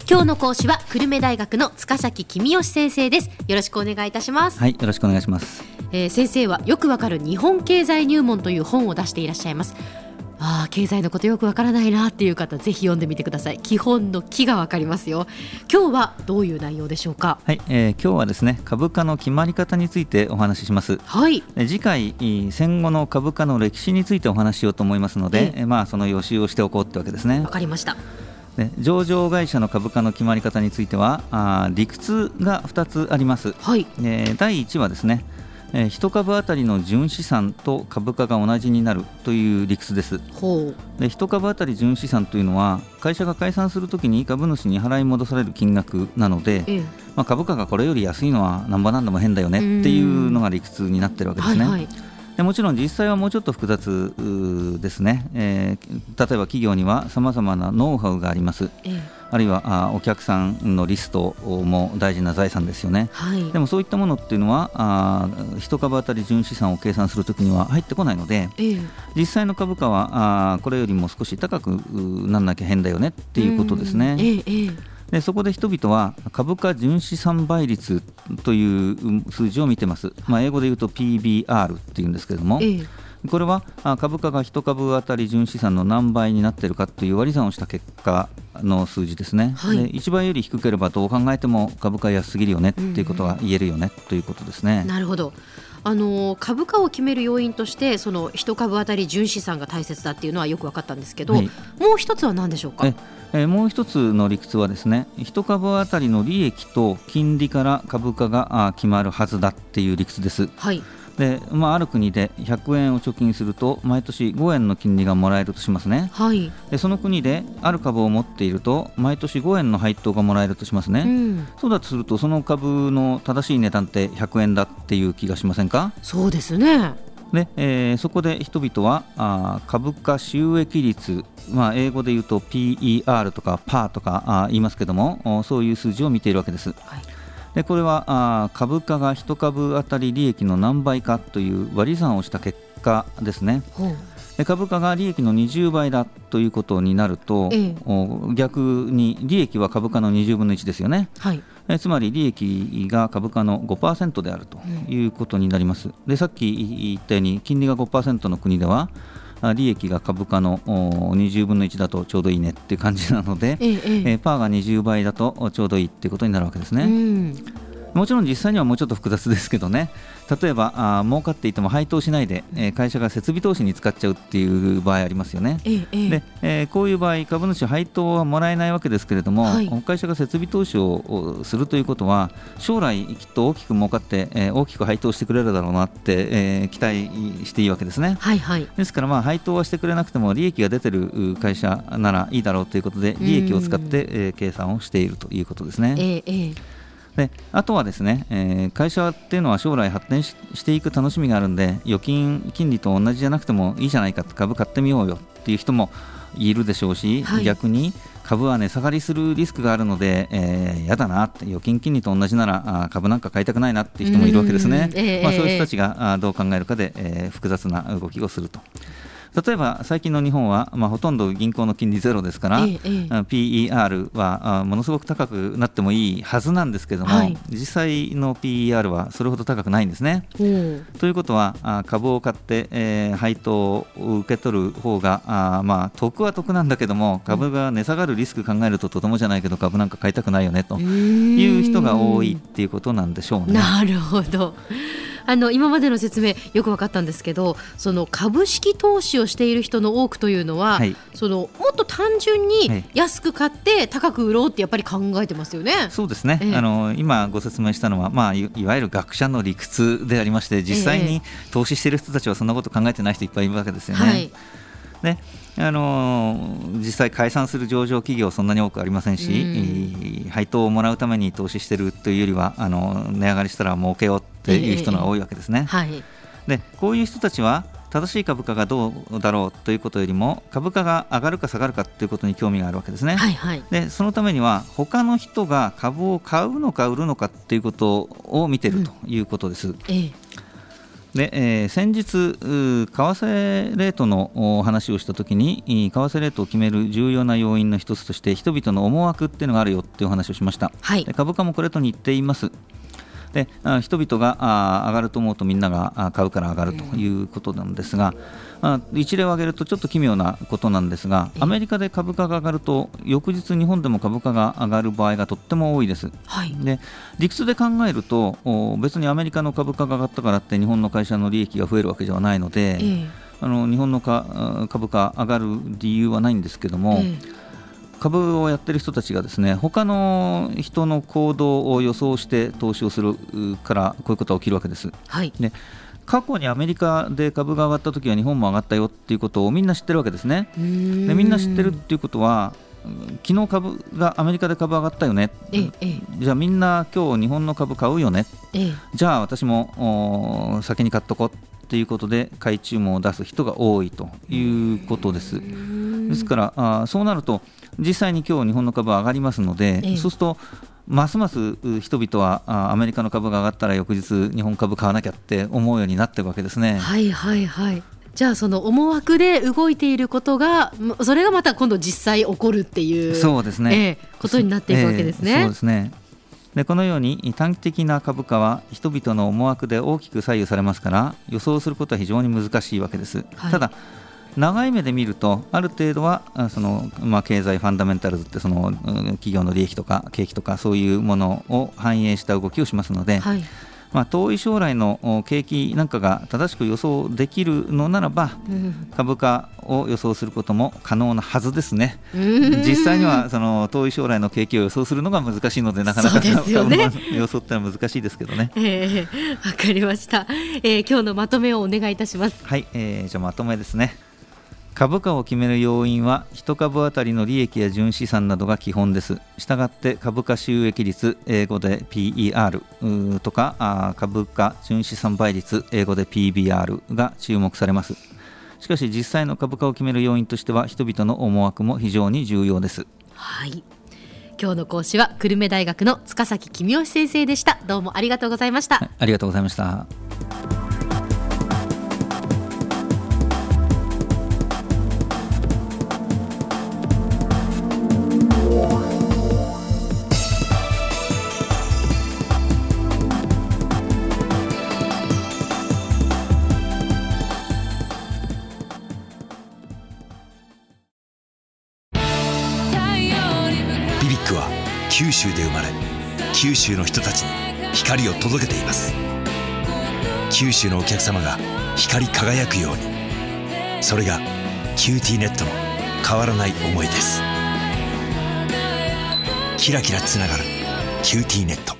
今日の講師は久留米大学の塚崎公義先生です。よろしくお願いいたします。 はい、よろしくお願いします。 先生はよくわかる日本経済入門という本を出していらっしゃいます。経済のことよくわからないなっていう方、ぜひ読んでみてください。基本の木がわかりますよ。今日はどういう内容でしょうか。 はい、今日はですね、株価の決まり方についてお話しします。 はい。 次回戦後の株価の歴史についてお話ししようと思いますので、その予習をしておこうってわけですね。 わかりました。 上場会社の株価の決まり方については理屈が2つあります。 はい。 第1はですね、1株当たりの純資産と株価が同じになるという理屈です。 ほう。 で、1株当たり純資産というのは会社が解散するときに株主に払い戻される金額なので、株価がこれより安いのはなんぼなんでも変だよねっていうのが理屈になっているわけですね。 はいはい。 でもちろん実際はもうちょっと複雑ですね。例えば企業にはさまざまなノウハウがあります。あるいはお客さんのリストも大事な財産ですよね。 はい。 でもそういったものっていうのは1株当たり純資産を計算するときには入ってこないので、実際の株価はこれよりも少し高くなんなきゃ変だよねっていうことですね。でそこで人々は株価純資産倍率という数字を見てます。英語で言うと PBR っていうんですけれども、これは株価が1株当たり純資産の何倍になっているかという割り算をした結果の数字ですね。で1倍より低ければどう考えても株価安すぎるよねっていうことが言えるよねということですね。 なるほど。株価を決める要因としてその1株当たり純資産が大切だっていうのはよく分かったんですけど、もう一つは何でしょうか。 もう一つの理屈はですね、1株当たりの利益と金利から株価が決まるはずだっていう理屈です。 はい。 である国で100円を貯金すると毎年5円の金利がもらえるとしますね。 はい。 でその国である株を持っていると毎年5円の配当がもらえるとしますね。そうだとするとその株の正しい値段って100円だっていう気がしませんか。 そうですね。 でそこで人々は株価収益率、英語で言うと PER とか PAR とか言いますけども、そういう数字を見ているわけです。はい。でこれは株価が1株当たり利益の何倍かという割り算をした結果ですね。で株価が利益の20倍だということになると、逆に利益は株価の20分の1ですよね。はい。つまり利益が株価の 5% であるということになります。でさっき言ったように金利が 5% の国では利益が株価の20分の1だとちょうどいいねっていう感じなので、パーが20倍だとちょうどいいっていうことになるわけですね。もちろん実際にはもうちょっと複雑ですけどね。例えば儲かっていても配当しないで、会社が設備投資に使っちゃうっていう場合ありますよね。でこういう場合株主配当はもらえないわけですけれども、会社が設備投資をするということは将来きっと大きく儲かって、大きく配当してくれるだろうなって、期待していいわけですね。ですから配当はしてくれなくても利益が出てる会社ならいいだろうということで利益を使って、計算をしているということですね。であとはですね、会社っていうのは将来発展 していく楽しみがあるんで預金金利と同じじゃなくてもいいじゃないかって株買ってみようよっていう人もいるでしょうし、逆に株は値下がりするリスクがあるのでやだなって預金金利と同じなら株なんか買いたくないなっていう人もいるわけですね。そういう人たちがどう考えるかで、複雑な動きをすると。例えば最近の日本は、ほとんど銀行の金利ゼロですから、PER はものすごく高くなってもいいはずなんですけども、実際の PER はそれほど高くないんですね。ということは株を買って、配当を受け取る方が得は得なんだけども株が値下がるリスク考えるととてもじゃないけど株なんか買いたくないよねという人が多いっていうことなんでしょうね。 なるほど。今までの説明よく分かったんですけど、その株式投資をしている人の多くというのは、そのもっと単純に安く買って高く売ろうってやっぱり考えてますよね。 そうですね、今ご説明したのは、いわゆる学者の理屈でありまして、実際に投資している人たちはそんなこと考えてない人いっぱいいるわけですよね。で実際解散する上場企業そんなに多くありませんし、配当をもらうために投資しているというよりは値上がりしたら儲けようっていう人が多いわけですね。でこういう人たちは正しい株価がどうだろうということよりも株価が上がるか下がるかということに興味があるわけですね。でそのためには他の人が株を買うのか売るのかということを見ているということです。 で先日為替レートの話をしたときに為替レートを決める重要な要因の一つとして人々の思惑っていうのがあるよっていうお話をしました、はい、で株価もこれと似ています。で人々が上がると思うとみんなが買うから上がるということなんですが、一例を挙げるとちょっと奇妙なことなんですが、アメリカで株価が上がると翌日日本でも株価が上がる場合がとっても多いです、はい、で理屈で考えると別にアメリカの株価が上がったからって日本の会社の利益が増えるわけではないので、日本の株価上がる理由はないんですけども、株をやってる人たちがですね他の人の行動を予想して投資をするからこういうことが起きるわけです、はい、で過去にアメリカで株が上がったときは日本も上がったよっていうことをみんな知ってるわけですね。でみんな知ってるっていうことは昨日株がアメリカで株上がったよね、じゃあみんな今日日本の株買うよね、じゃあ私も先に買っとこうということで買い注文を出す人が多いということです。ですからそうなると実際に今日日本の株は上がりますので、そうするとますます人々はアメリカの株が上がったら翌日日本株買わなきゃって思うようになっているわけですね。はいはいはい。 じゃあその思惑で動いていることがそれがまた今度実際起こるっていう、 そうですね、 ことになっていくわけですね。 そうですね。でこのように短期的な株価は人々の思惑で大きく左右されますから予想することは非常に難しいわけです、はい、ただ長い目で見るとある程度は経済ファンダメンタルズって企業の利益とか景気とかそういうものを反映した動きをしますので、はい、遠い将来の景気なんかが正しく予想できるのならば、株価を予想することも可能なはずですね。実際には遠い将来の景気を予想するのが難しいのでなかなか、ね、予想ってのは難しいですけどね。 わかりました、今日のまとめをお願いいたします。 はい、じゃあまとめですね。株価を決める要因は1株当たりの利益や純資産などが基本です。したがって株価収益率英語で PER とか株価純資産倍率英語で PBR が注目されます。しかし実際の株価を決める要因としては人々の思惑も非常に重要です。 はい、今日の講師は久留米大学の塚崎公義先生でした。どうもありがとうございました。はい、 ありがとうございました。 九州で生まれ九州の人たちに光を届けています。九州のお客様が光り輝くように、それがキューティーネットの変わらない思いです。キラキラつながるキューティーネット。